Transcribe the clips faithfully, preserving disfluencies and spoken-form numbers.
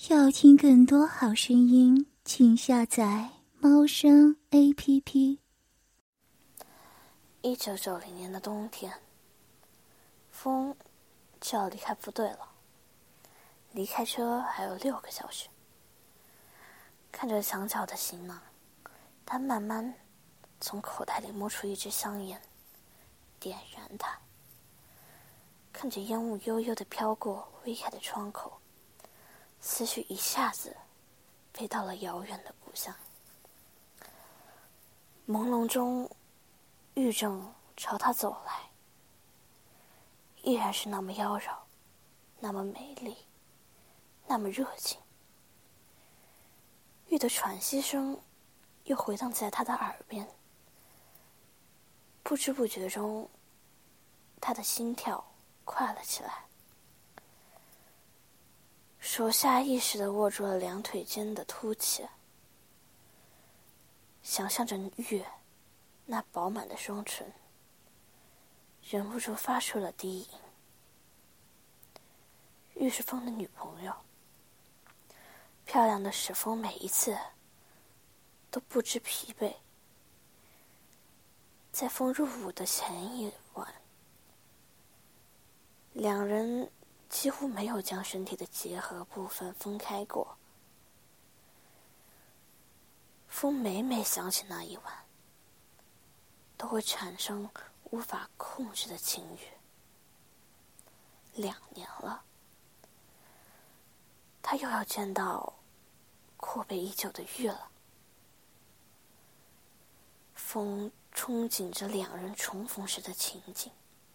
要听更多好声音，请下载猫声 A P P。 一九九零年的冬天，风就要离开部队了，离开车还有六个小时。看着墙角的行囊，他慢慢从口袋里摸出一支香烟，点燃它。看着烟雾悠悠地飘过微开的窗口，思绪一下子飞到了遥远的故乡。朦胧中，玉正朝他走来，依然是那么妖娆，那么美丽，那么热情。玉的喘息声又回荡在他的耳边，不知不觉中，他的心跳快了起来，手下意识地握住了两腿间的凸起，想象着玉那饱满的双唇，忍不住发出了低吟。玉是风的女朋友，漂亮的使风每一次都不知疲惫。在风入伍的前一晚，两人几乎没有将身体的结合部分分开过。风每每想起那一晚，都会产生无法控制的情欲。两年了，他又要见到阔别已久的玉了。风憧憬着两人重逢时的情景。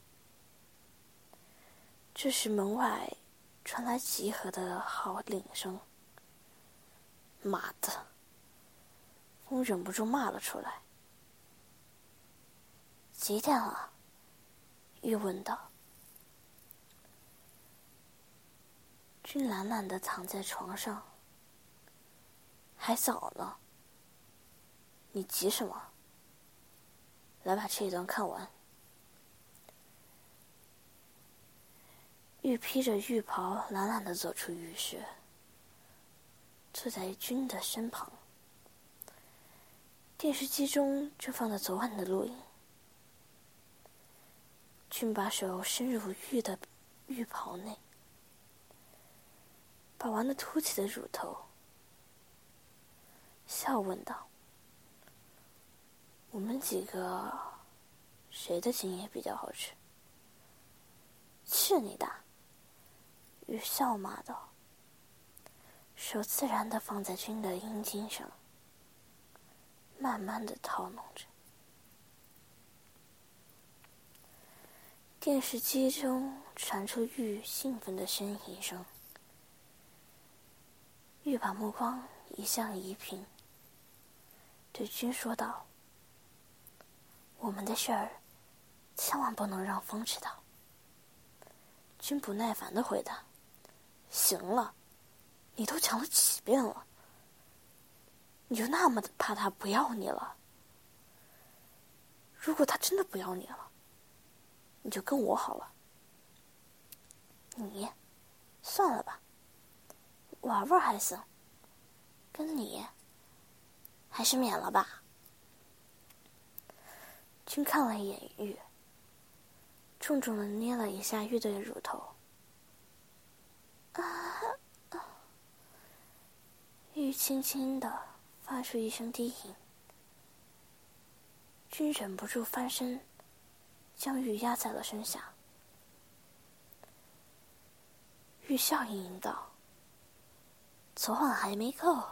这时门外传来集合的号令声。妈的！风忍不住骂了出来。几点了？玉问道。君懒懒地躺在床上。还早呢。你急什么？来把这一段看完。玉披着浴袍懒懒地走出浴室，坐在君的身旁。电视机中正放着昨晚的录影。君把手伸入玉的浴袍内，把玩得凸起的乳头，笑问道：我们几个谁的精液比较好吃？是你的。玉笑骂道，手自然地放在君的阴茎上，慢慢地套弄着。电视机中传出玉兴奋的呻吟声。玉把目光移向怡萍，对君说道：我们的事儿千万不能让风知道。君不耐烦地回答：行了，你都讲了几遍了，你就那么怕他不要你了？如果他真的不要你了，你就跟我好了。你算了吧，玩玩还行，跟你还是免了吧。君看了一眼玉，重重地捏了一下玉的乳头。啊啊！玉轻轻地发出一声低吟。君忍不住翻身，将玉压在了身下。玉笑盈盈道：昨晚还没够。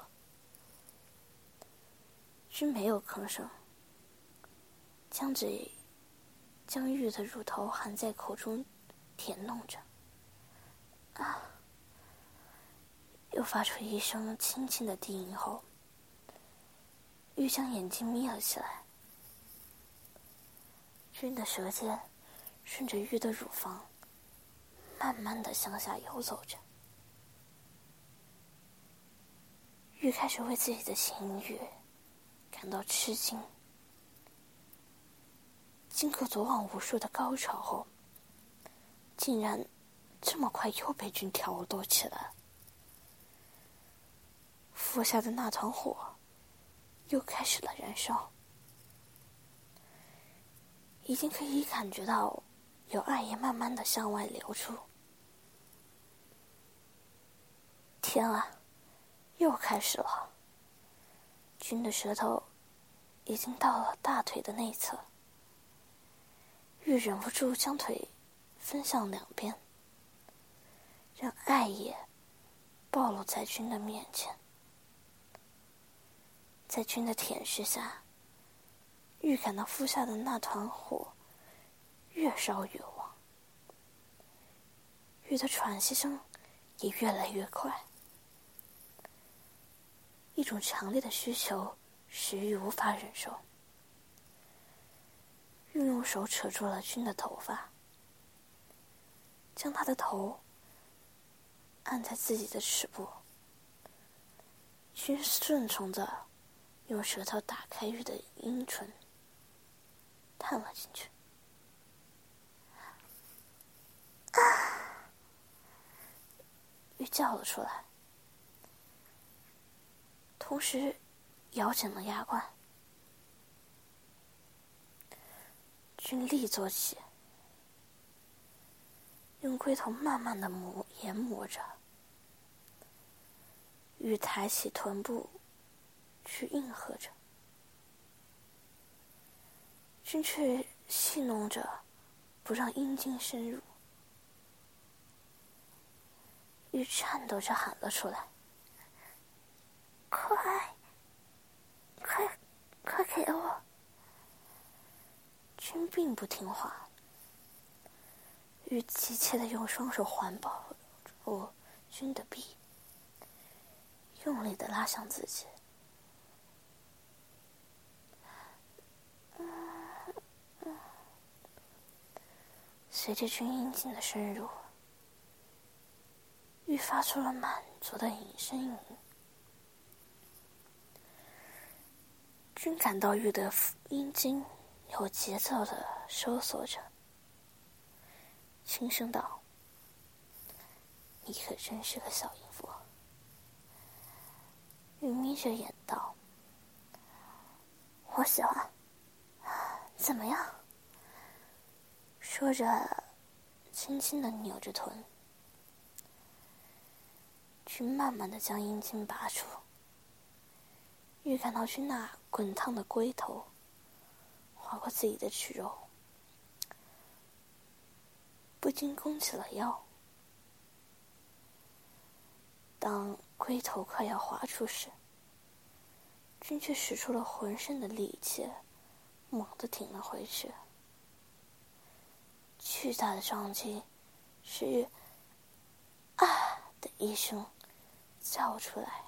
君没有吭声，将嘴将玉的乳头含在口中舔弄着。啊！又发出一声轻轻的低吟后，玉将眼睛眯了起来。君的舌尖顺着玉的乳房慢慢地向下游走着。玉开始为自己的情欲感到吃惊。经过昨晚无数的高潮后，竟然这么快又被君挑逗起来。 腹下的那团火又开始了燃烧，已经可以感觉到有爱液慢慢的向外流出。天啊，又开始了！君的舌头已经到了大腿的内侧，玉忍不住将腿分向两边，让爱液暴露在君的面前。在君的舔舐下，预感到腹下的那团火越烧越旺，玉的喘息声也越来越快。一种强烈的需求使玉无法忍受，玉用手扯住了君的头发，将他的头按在自己的齿部。君顺从着用舌头打开玉的阴唇，探了进去。啊！玉叫了出来，同时咬紧了牙关。君立坐起，用龟头慢慢的磨研磨着。玉抬起臀部去应和着，君却戏弄着不让阴茎深入。玉颤抖着喊了出来：快快快给我！君并不听话，玉急切地用双手环抱住君的臂，用力地拉向自己。随着君阴茎的深入，玉发出了满足的隐呻吟。君感到玉的阴茎有节奏地收缩着，轻声道：你可真是个小淫妇。玉眯着眼道：我喜欢，怎么样？说着轻轻地扭着臀。君慢慢地将阴茎拔出，预感到君那滚烫的龟头划过自己的齿肉，不禁弓起了腰。当龟头快要滑出时，君却使出了浑身的力气，猛地挺了回去。巨大的撞击使玉啊的一声叫出来。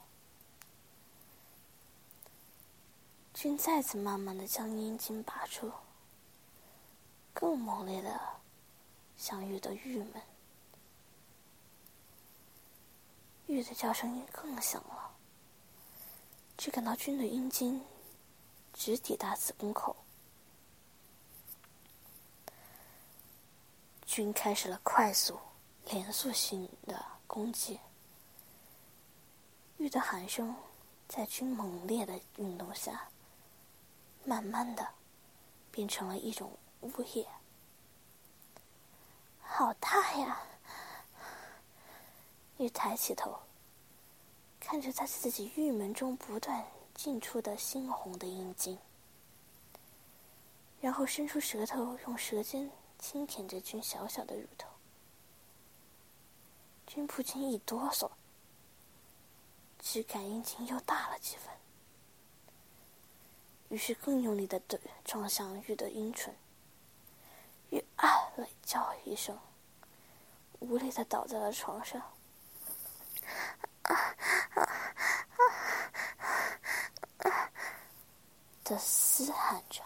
君再次慢慢地将阴茎拔出，更猛烈地向玉的郁闷。玉的叫声更响了，只感到君的阴茎直抵达子宫口。君开始了快速连续性的攻击，玉的喊声在君猛烈的运动下慢慢的变成了一种呜咽。好大呀！玉抬起头，看着在自己郁闷中不断进出的猩红的阴茎，然后伸出舌头，用舌尖轻舔着君小小的乳头。君不禁一哆嗦，只感阴茎又大了几分，于是更用力地对撞向玉的阴唇。玉啊了叫一声，无力地倒在了床上，啊啊啊啊的嘶喊着。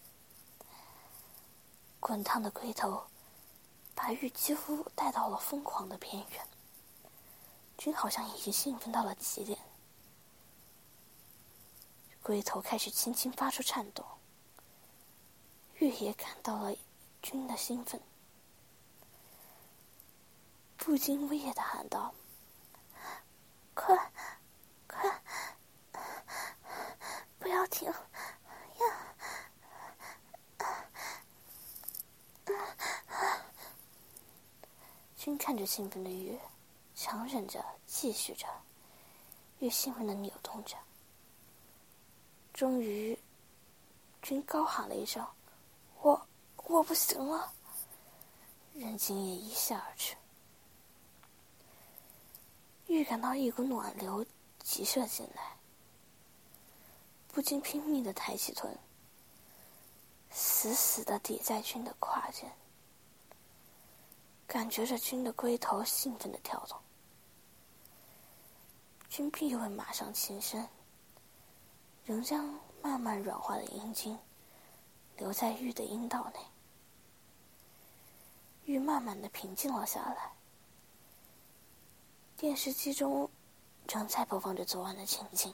滚烫的龟头把玉几乎带到了疯狂的边缘，君好像已经兴奋到了极点。龟头开始轻轻发出颤动，玉也感到了君的兴奋，不禁呜咽地喊道：快快看着兴奋的玉，强忍着继续着，越兴奋的扭动着。终于君高喊了一声：我我不行了，人精也一泻而去。玉感到一股暖流急射进来，不禁拼命地抬起臀，死死地抵在君的胯间，感觉着君的龟头兴奋地跳动。君并未马上轻身，仍将慢慢软化的阴茎留在玉的阴道内。玉慢慢地平静了下来。电视机中正在播放着昨晚的情景，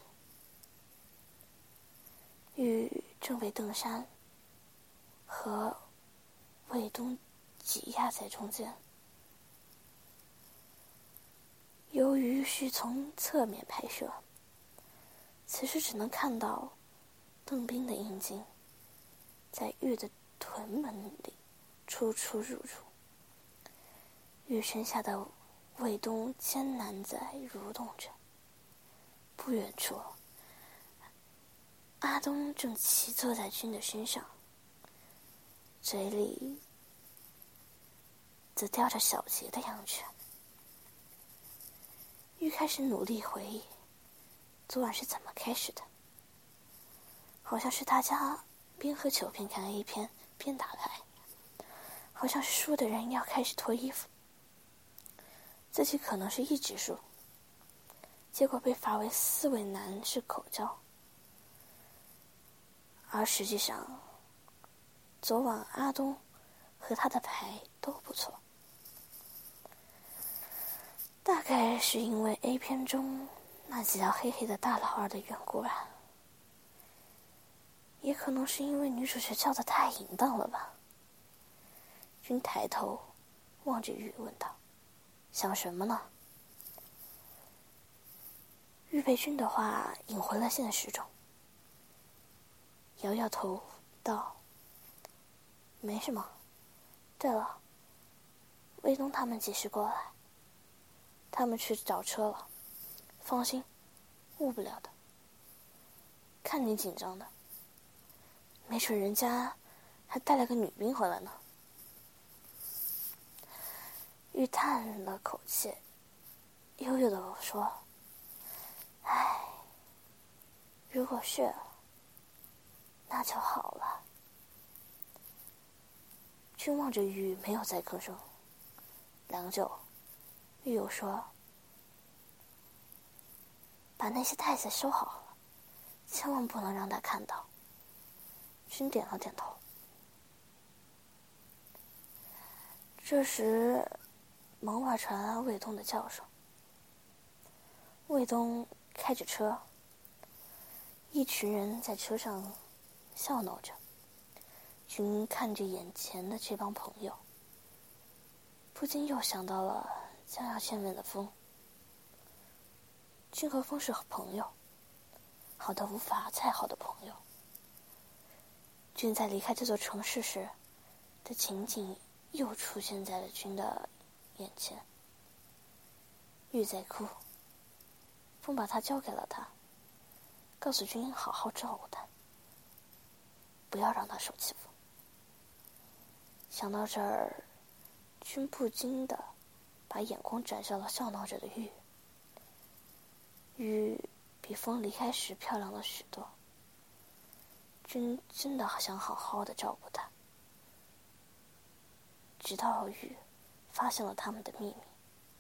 玉正被邓珊和卫东挤压在中间。由于是从侧面拍摄，此时只能看到邓斌的阴茎在玉的臀门里出出入入，玉身下的卫东艰难在蠕动着。不远处，阿东正骑坐在君的身上，嘴里则叼着小杰的羊犬。玉开始努力回忆昨晚是怎么开始的，好像是大家边喝酒边看 A 片边打牌，好像是输的人要开始脱衣服，自己可能是一直输，结果被罚为四位男士口交。而实际上昨晚阿东和他的牌都不错，大概是因为 A 片中那几条黑黑的大老二的缘故吧，也可能是因为女主角叫得太淫荡了吧。君抬头望着玉问道：想什么呢？玉被君的话引回了现实中，摇摇头道：没什么。对了，卫东他们及时过来，他们去找车了，放心，误不了的。看你紧张的，没准人家还带了个女兵回来呢。玉叹了口气，悠悠地说：唉，如果是，那就好了。君望着玉，没有再吭声。良久，玉又说：把那些袋子收好了，千万不能让他看到。君点了点头。这时门外传来卫东的叫声。卫东开着车，一群人在车上笑闹着。君看着眼前的这帮朋友，不禁又想到了将要见面的风。君和风是朋友，好的无法再好的朋友。君在离开这座城市时的情景又出现在了君的眼前。玉在哭，风把他交给了他，告诉君好好照顾他，不要让他受欺负。想到这儿，君不禁的把眼光转向了笑闹着的玉。玉比风离开时漂亮了许多，君真的想好好的照顾她。直到玉发现了他们的秘密。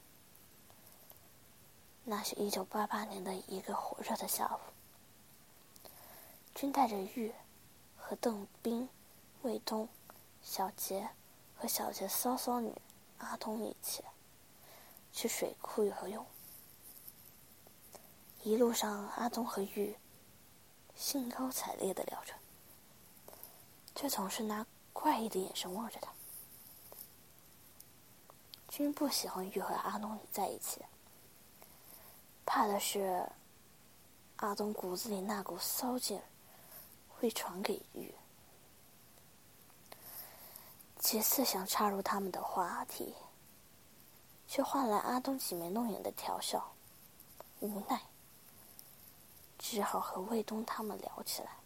那是一九八八年的一个火热的下午，君带着玉和邓斌、卫东、小杰和小杰骚骚女阿东一起去水库游泳。一路上，阿东和玉兴高采烈地聊着，却总是拿怪异的眼神望着他。君不喜欢玉和阿东在一起，怕的是阿东骨子里那股骚劲儿会传给玉。几次想插入他们的话题， 却换来阿东挤眉弄眼的调笑。无奈，只好和卫东他们聊起来。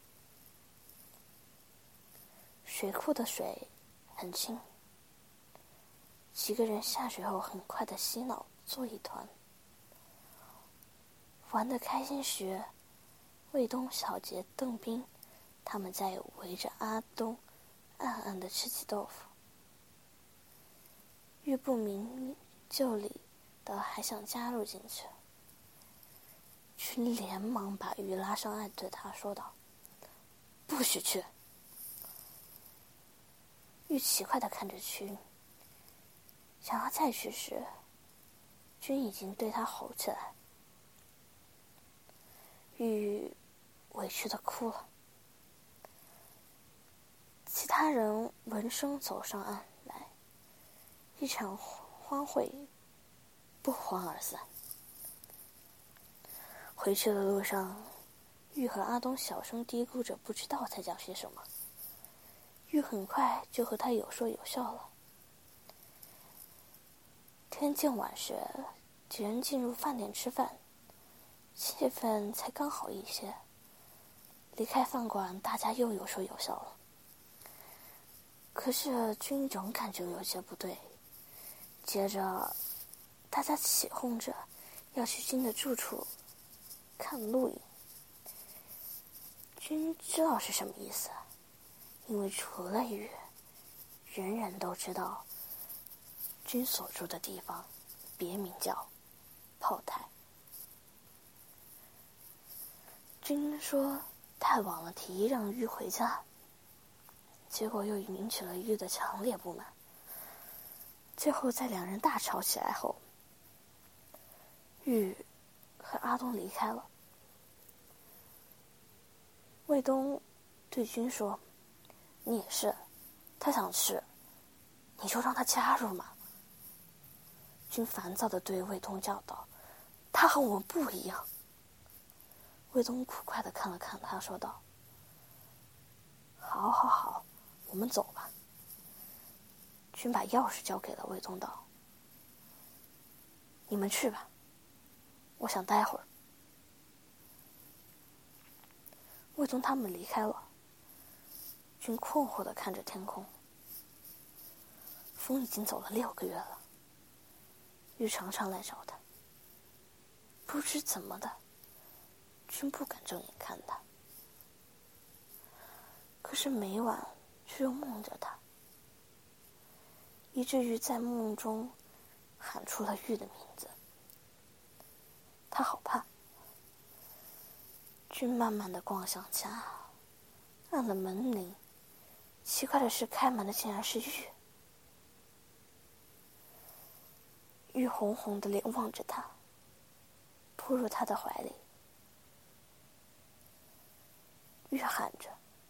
水库的水很清，几个人下水后很快的嬉闹作一团。玩得开心时，卫东、小杰、邓斌他们在围着阿东暗暗的吃起豆腐。玉不明就里的还想加入进去，君连忙把玉拉上岸，对他说道：“不许去！”玉奇怪的看着君，想要再去时，君已经对他吼起来。玉委屈的哭了。其他人闻声走上岸来，一场欢会不欢而散。回去的路上，玉和阿东小声嘀咕着，不知道在讲些什么。玉很快就和他有说有笑了。天渐晚时，几人进入饭店吃饭，气氛才刚好一些。离开饭馆，大家又有说有笑了。可是君仍感觉有些不对。接着，大家起哄着要去君的住处看录影。君知道是什么意思，因为除了玉，人人都知道君所住的地方别名叫炮台。君说太晚了，提议让玉回家，结果又引起了玉的强烈不满。最后在两人大吵起来后，玉和阿东离开了。卫东对君说：“你也是，他想吃，你就让他加入嘛。”君烦躁地对卫东叫道：“他和我们不一样。”卫东苦快地看了看他，说道：“好好好，我们走吧。”君把钥匙交给了卫东，道：“你们去吧，我想待会儿。”卫东他们离开了，君困惑地看着天空。风已经走了六个月了，玉常常来找他。不知怎么的，君不敢正眼看他，可是每晚却又梦着他，以至于在梦中喊出了玉的名字。他好怕。君慢慢地逛向家，按了门铃。奇怪的是，开门的竟然是玉。玉红红的脸望着他，扑入他的怀里。玉喊着：“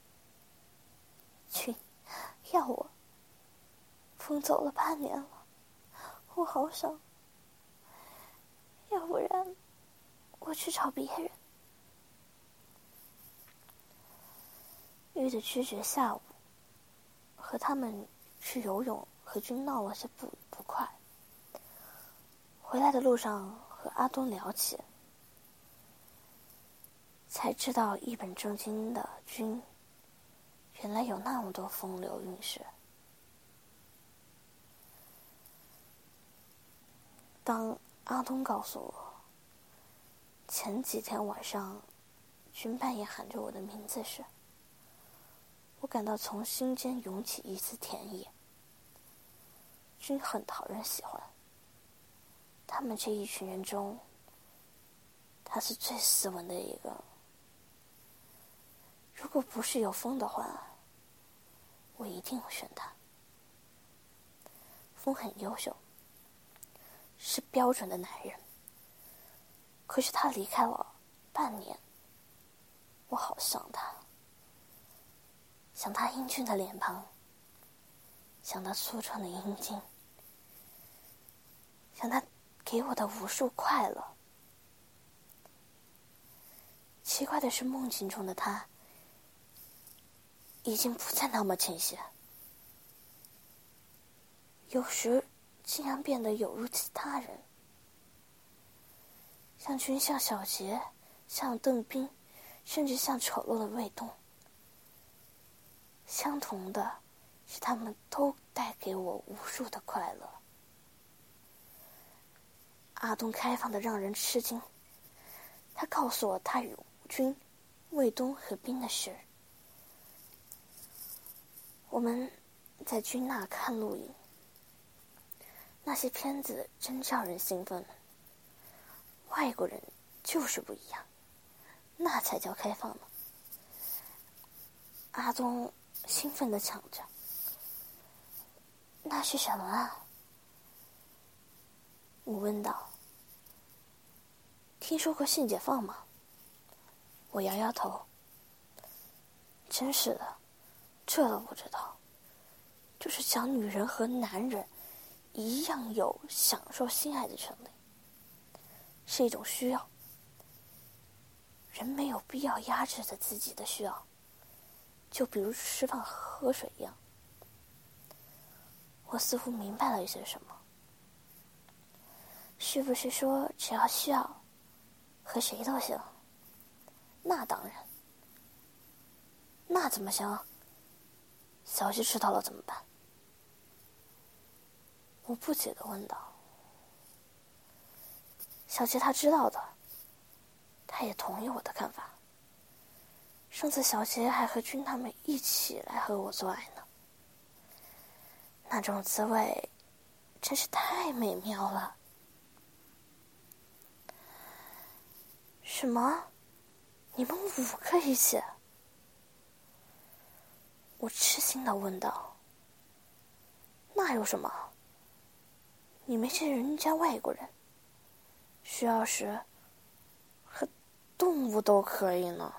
君，要我。风走了半年了，我好想，要不然我去找别人。”玉的拒绝下午和他们去游泳，和君闹了些不不快。回来的路上和阿东聊起，才知道一本正经的君原来有那么多风流韵事。当阿东告诉我前几天晚上君半夜喊着我的名字时，我感到从心间涌起一丝甜意。君很讨人喜欢，他们这一群人中，他是最斯文的一个。如果不是有风的话，我一定会选他。风很优秀，是标准的男人，可是他离开了半年，我好想他。想他英俊的脸庞，想他粗壮的阴茎，想他给我的无数快乐。奇怪的是，梦境中的他已经不再那么清晰。有时竟然变得有如其他人，像君，像小杰，像邓斌，甚至像丑陋的卫东。相同的是，他们都带给我无数的快乐。阿东开放的让人吃惊，他告诉我他与君、卫东和斌的事。我们在君那看录影，那些片子真叫人兴奋。外国人就是不一样，那才叫开放呢。阿东兴奋地抢着：“那是什么啊？”我问道：“听说过性解放吗？”我摇摇头：“真是的，这都不知道。就是讲女人和男人一样有享受性爱的权利，是一种需要。人没有必要压制着自己的需要，就比如吃饭喝水一样。”我似乎明白了一些什么。是不是说只要需要，和谁都行？那当然。那怎么行？小西知道了怎么办？我不解地问道。小杰他知道的，他也同意我的看法。上次小杰还和君他们一起来和我做爱呢，那种滋味真是太美妙了。什么？你们五个一起？我吃惊地问道。那有什么？你没见人家外国人需要时和动物都可以呢。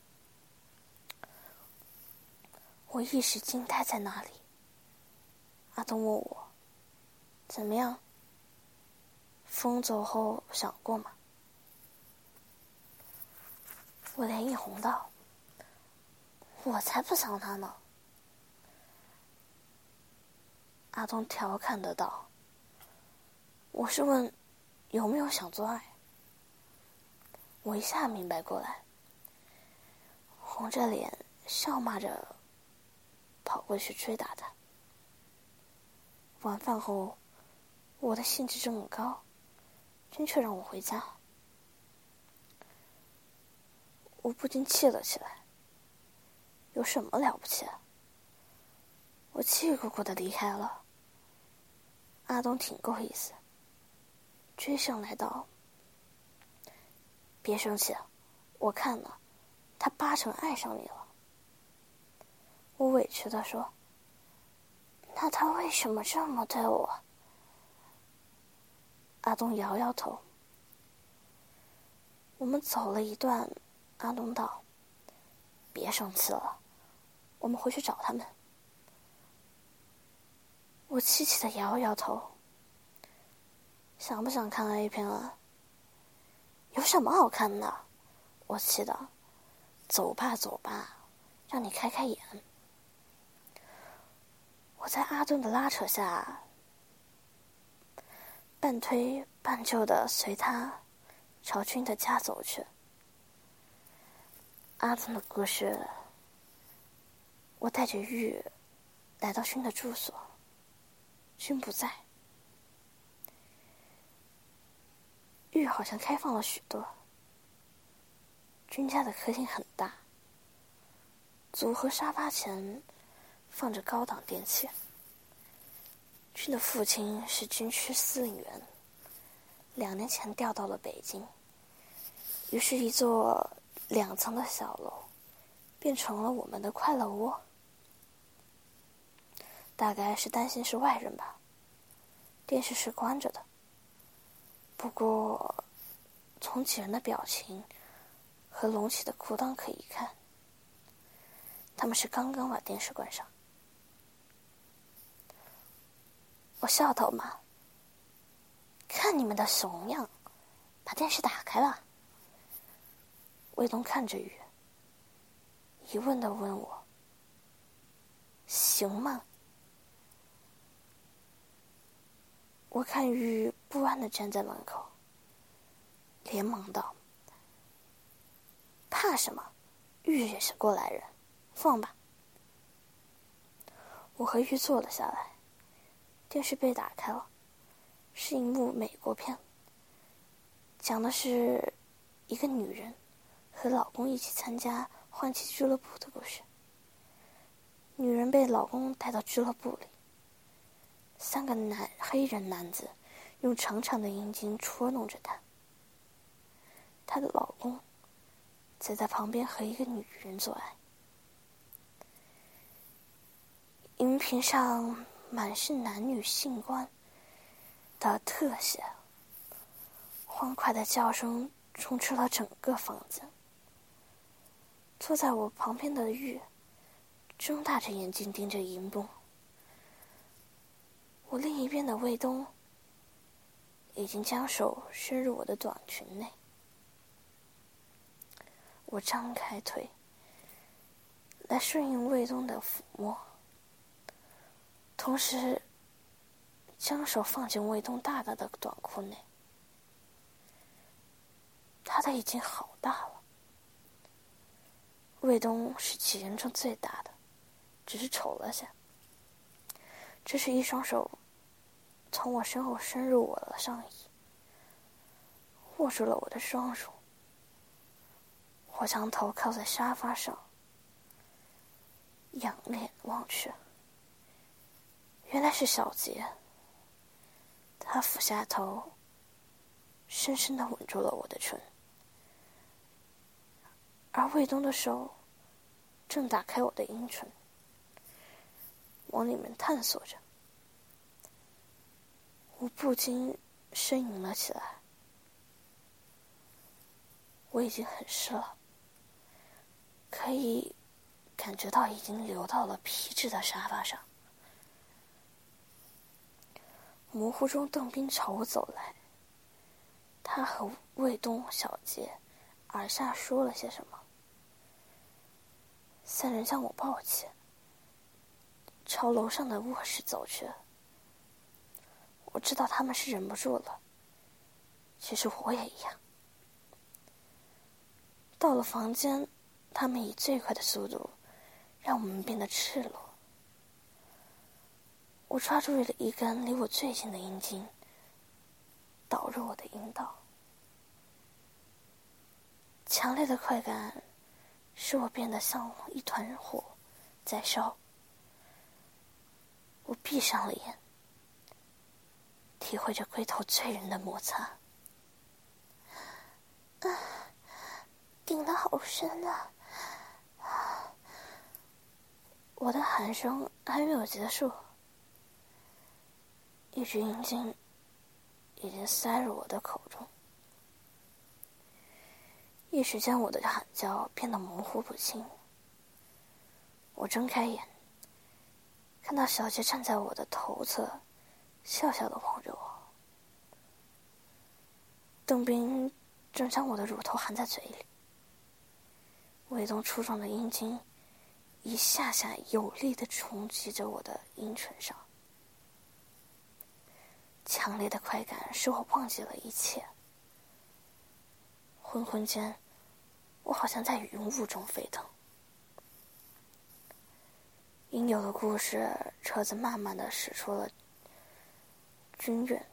我一时惊呆在那里。阿东问我：“怎么样？风走后想过吗？”我脸一红道：“我才不想他呢。”阿东调侃的道：“我是问有没有想做爱。”我一下明白过来，红着脸笑骂着跑过去追打他。晚饭后，我的兴致正高，君却让我回家。我不禁气了起来。有什么了不起？我气鼓鼓的离开了。阿东挺够意思，追上来道：“别生气，我看了，他八成爱上你了。”我委屈地说：“那他为什么这么对我？”阿东摇摇头。我们走了一段，阿东道：“别生气了，我们回去找他们。”我气气的摇摇头。想不想看 A 片啊？有什么好看的？我气道。走吧走吧，让你开开眼。我在阿顿的拉扯下，半推半就的随他朝君的家走去。阿顿的故事，我带着玉来到君的住所，君不在。玉好像开放了许多。君家的客厅很大，组合沙发前放着高档电器。君的父亲是军区司令员，两年前调到了北京，于是一座两层的小楼变成了我们的快乐窝。大概是担心是外人吧，电视是关着的。不过从几人的表情和隆起的裤裆可以看，他们是刚刚把电视关上。我笑道嘛：“看你们的怂样，把电视打开了。”卫东看着雨，疑问地问我：“行吗？” 我看玉不安地站在门口，连忙道：“怕什么？玉也是过来人，放吧。”我和玉坐了下来，电视被打开了，是一幕美国片，讲的是一个女人和老公一起参加换妻俱乐部的故事。女人被老公带到俱乐部里，三个男黑人男子用长长的阴茎戳弄着她，她的老公则在旁边和一个女人做爱。荧屏上满是男女性关的特写，欢快的叫声充斥了整个房间。坐在我旁边的玉睁大着眼睛盯着荧幕，我另一边的卫东已经将手伸入我的短裙内。我张开腿来顺应卫东的抚摸，同时将手放进卫东大大的短裤内。他的已经好大了，卫东是几人中最大的，只是丑了些。这是一双手从我身后伸入我的上衣，握住了我的双手。我将头靠在沙发上，仰脸望去，原来是小杰。他俯下头，深深地吻住了我的唇，而卫东的手正打开我的阴唇，往里面探索着。我不禁呻吟了起来。我已经很湿了，可以感觉到已经流到了皮质的沙发上。模糊中，邓斌朝我走来，他和卫东、小杰耳下说了些什么。三人将我抱起，朝楼上的卧室走去。我知道他们是忍不住了，其实我也一样。到了房间，他们以最快的速度让我们变得赤裸。我抓住了一根离我最近的阴茎，导入我的阴道。强烈的快感使我变得像一团火在烧。我闭上了眼，体会着龟头醉人的摩擦。啊，顶得好深啊！我的喊声还没有结束，一只阴茎已经塞入我的口中。一时间，我的喊叫变得模糊不清。我睁开眼，看到小杰站在我的头侧，笑笑地望着我。邓斌正将我的乳头含在嘴里，卫东粗壮的阴茎一下下有力地冲击着我的阴唇上。强烈的快感使我忘记了一切。昏昏间，我好像在云雾中飞腾。应有的故事，车子慢慢地驶出了军院。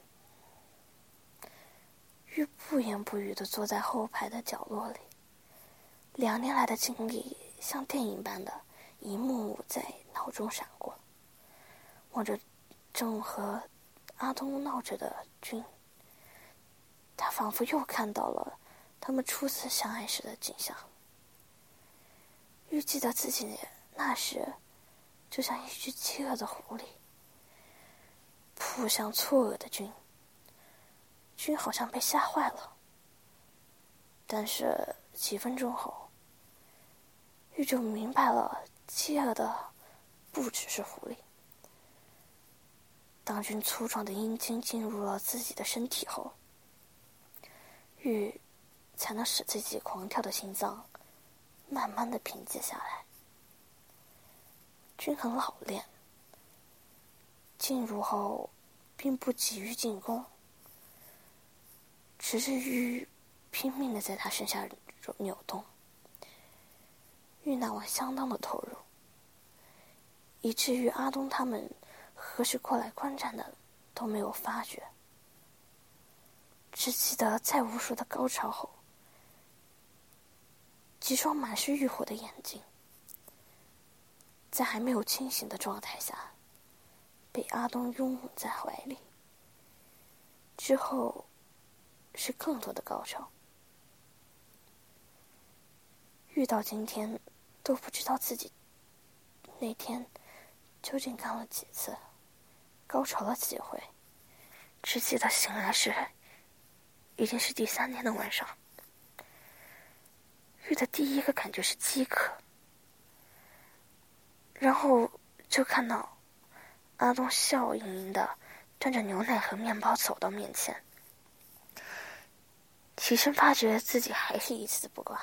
玉不言不语地坐在后排的角落里，两年来的经历像电影般的一幕幕在脑中闪过。望着正和阿东闹着的君，他仿佛又看到了他们初次相爱时的景象。玉记得自己那时就像一只饥饿的狐狸，扑向错愕的君。君好像被吓坏了，但是几分钟后，玉就明白了，饥饿的不只是狐狸。当君粗壮的阴茎进入了自己的身体后，玉才能使自己狂跳的心脏慢慢的平静下来。君很老练，进入后并不急于进攻，只是玉拼命的在他身下扭动。玉那晚相当的投入，以至于阿东他们何时过来观战的都没有发觉，只记得在无数的高潮后，几双满是欲火的眼睛在还没有清醒的状态下被阿东拥吻在怀里，之后是更多的高潮。遇到今天都不知道自己那天究竟干了几次，高潮了几回，只记得醒来时已经是第三天的晚上。玉的第一个感觉是饥渴，然后就看到阿东笑盈盈的端着牛奶和面包走到面前，起身发觉自己还是一丝不挂，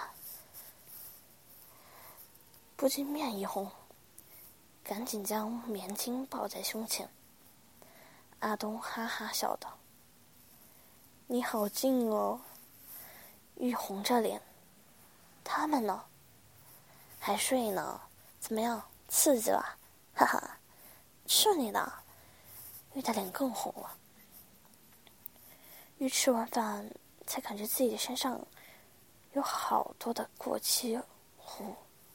不禁面一红，赶紧将棉巾抱在胸前。阿东哈哈笑道：“你好近哦。”玉红着脸：“他们呢？还睡呢？怎么样？刺激了？哈哈，是你的。”玉的脸更红了。玉吃完饭才感觉自己的身上有好多的过期糊，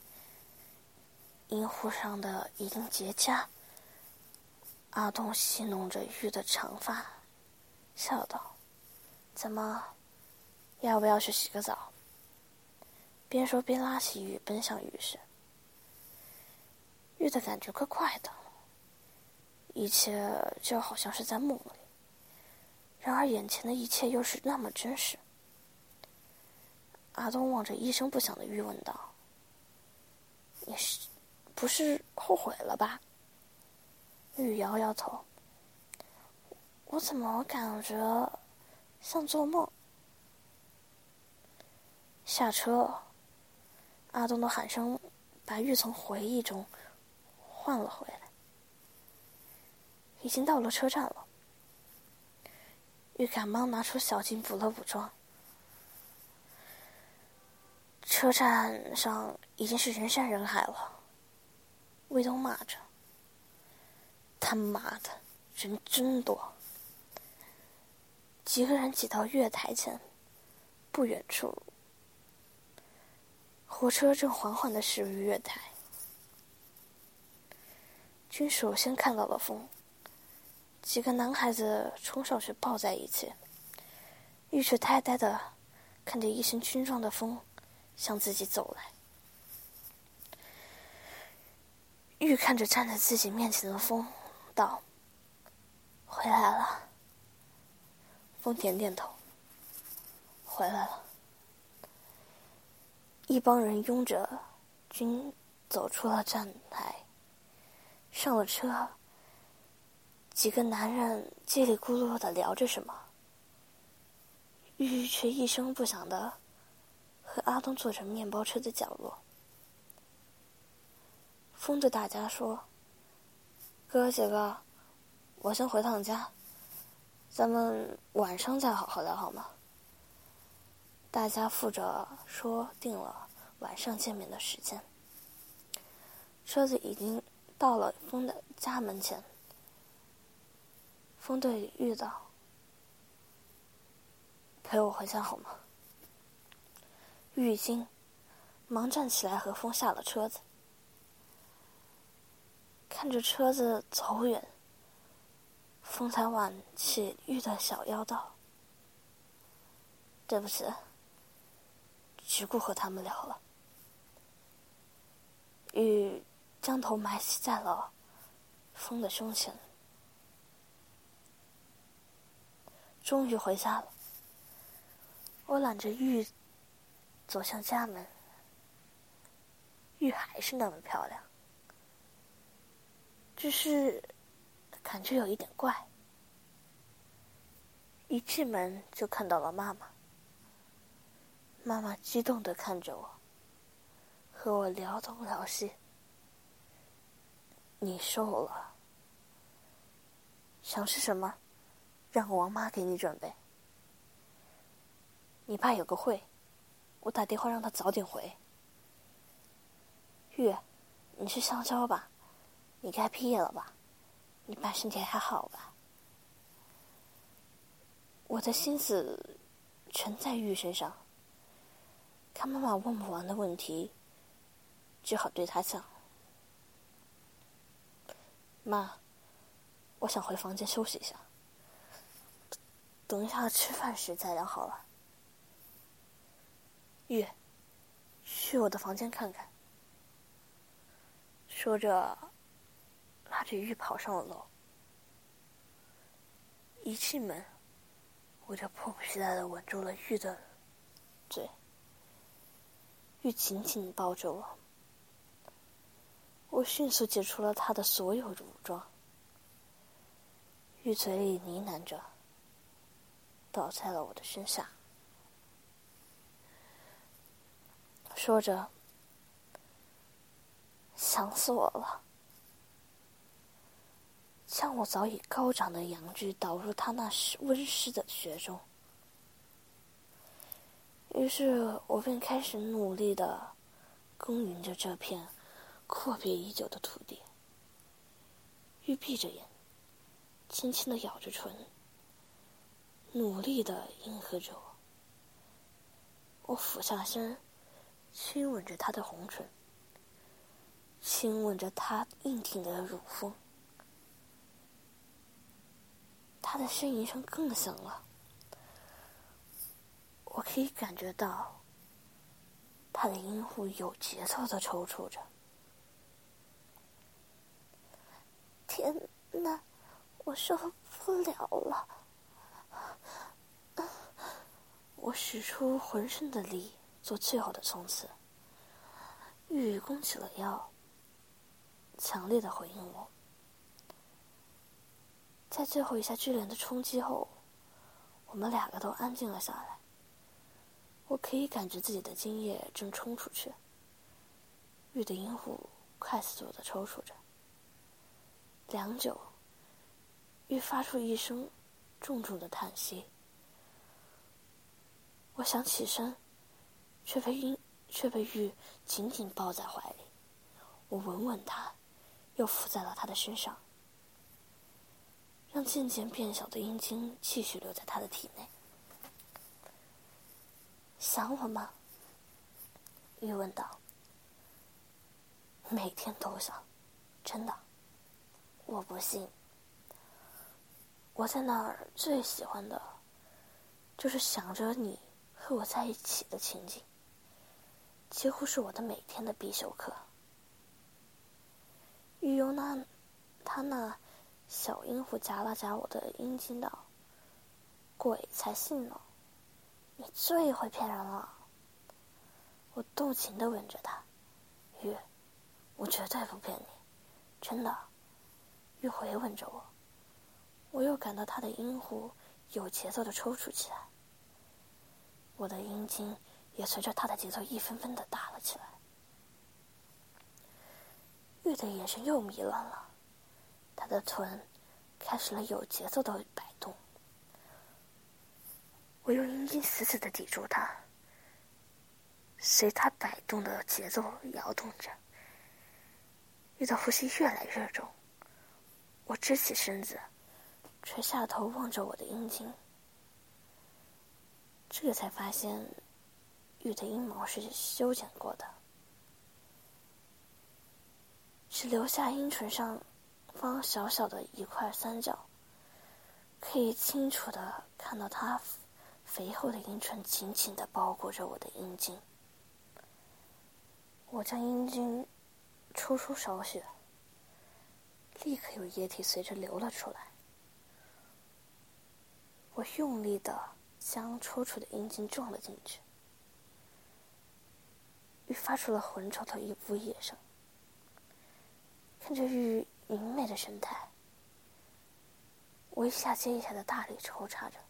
阴户上的已经结痂。阿东戏弄着玉的长发，笑道：“怎么，要不要去洗个澡？”边说边拉起玉奔向浴室。玉的感觉怪怪的，一切就好像是在梦里，然而眼前的一切又是那么真实。阿东望着一声不响的玉问道：“你是不是后悔了吧？”玉摇摇头：“我怎么感觉像做梦？”下车，阿东的喊声把玉从回忆中唤了回来。已经到了车站了，玉赶忙拿出小镜补了补妆。车站上已经是人山人海了，卫东骂着：“他妈的，人真多！”几个人挤到月台前，不远处，火车正缓缓地驶入月台。君首先看到了风，几个男孩子冲上去抱在一起，玉却呆呆地看着一身军装的风向自己走来。玉看着站在自己面前的风，道：“回来了。”风点点头：“回来了。”一帮人拥着君走出了站台，上了车。几个男人叽里咕噜地聊着什么，玉却一声不响地和阿东坐着面包车的角落。风对大家说：“哥几个，我先回趟家，咱们晚上再好好聊好吗？”大家附着说定了晚上见面的时间。车子已经到了风的家门前。风对玉道：“陪我回家好吗？”玉一惊，忙站起来和风下了车子。看着车子走远，风才挽起玉的小腰道：“对不起，只顾和他们聊了。”玉将头埋伏在了风的胸前。终于回家了，我揽着玉走向家门。玉还是那么漂亮，只是感觉有一点怪。一进门就看到了妈妈，妈妈激动地看着我，和我聊东聊西。“你瘦了，想吃什么？ 让我王妈给你准备。你爸有个会，我打电话让他早点回。玉，你是香蕉吧？你该毕业了吧？你爸身体还好吧？我的心思全在玉身上，看妈妈问不完的问题，只好对她讲：妈，我想回房间休息一下，等一下吃饭时再聊好了。玉，去我的房间看看。说着，拉着玉跑上了楼。一进门，我就迫不及待地吻住了玉的嘴。玉紧紧抱着我，我迅速解除了他的所有武装。玉嘴里呢喃着，倒在了我的身下，说着：“想死我了。”将我早已高涨的阳具导入他那温湿的血中。于是我便开始努力地耕耘着这片阔别已久的土地。玉闭着眼，轻轻地咬着唇，努力地迎合着我。我俯下身，亲吻着她的红唇，亲吻着她硬挺的乳峰。她的呻吟声更响了，我可以感觉到她的阴户有节奏地抽搐着。天哪，我受不了了！我使出浑身的力做最后的冲刺。玉弓起了腰，强烈的回应我。在最后一下剧烈的冲击后，我们两个都安静了下来。我可以感觉自己的精液正冲出去，玉的阴户快速地抽搐着。良久，玉发出一声重重的叹息。我想起身，却被玉却被玉紧紧抱在怀里。我吻吻她，又伏在了她的身上，让渐渐变小的阴茎继续留在她的体内。想我吗？玉问道。每天都想，真的。我不信。我在那儿最喜欢的，就是想着你和我在一起的情景，几乎是我的每天的必修课。玉用那他那小阴户夹了夹我的阴茎道：“鬼才信呢，你最会骗人了。”我动情地吻着他。玉，我绝对不骗你，真的。玉回吻着我，我又感到他的阴户有节奏地抽搐起来，我的阴茎也随着他的节奏一分分地大了起来。玉的眼神又迷乱了，他的臀开始了有节奏的摆动。我用阴茎死死地抵住他，随他摆动的节奏摇动着。玉的呼吸越来越重，我支起身子，垂下头望着我的阴茎。这才发现玉的阴毛是修剪过的，只留下阴唇上方小小的一块三角，可以清楚地看到它肥厚的阴唇紧紧地包裹着我的阴茎。我将阴茎抽出少许，立刻有液体随着流了出来。我用力地将抽出的阴茎撞了进去，玉发出了浑浊的一呜咽声。看着玉明媚的神态，我一下接一下的大力抽插着。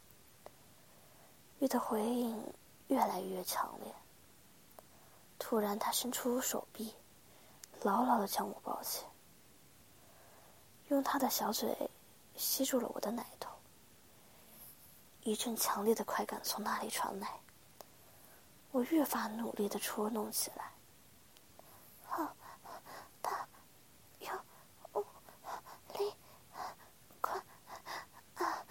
玉的回应越来越强烈。突然他伸出手臂，牢牢地将我抱起，用他的小嘴吸住了我的奶头。 一阵强烈的快感从那里传来，我越发努力地戳弄起来。啊，他有武力，快啊！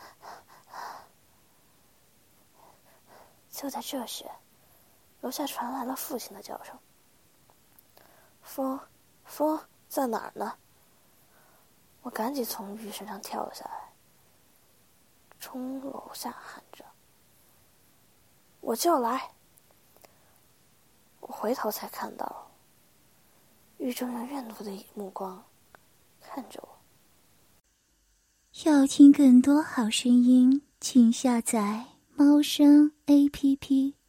就在这时，楼下传来了父亲的叫声：“风，风在哪儿呢？”我赶紧从玉身上跳下来，冲楼下喊着：“我就来！”我回头才看到，玉正用怨毒的目光看着我。 要听更多好声音，请下载猫声 A P P。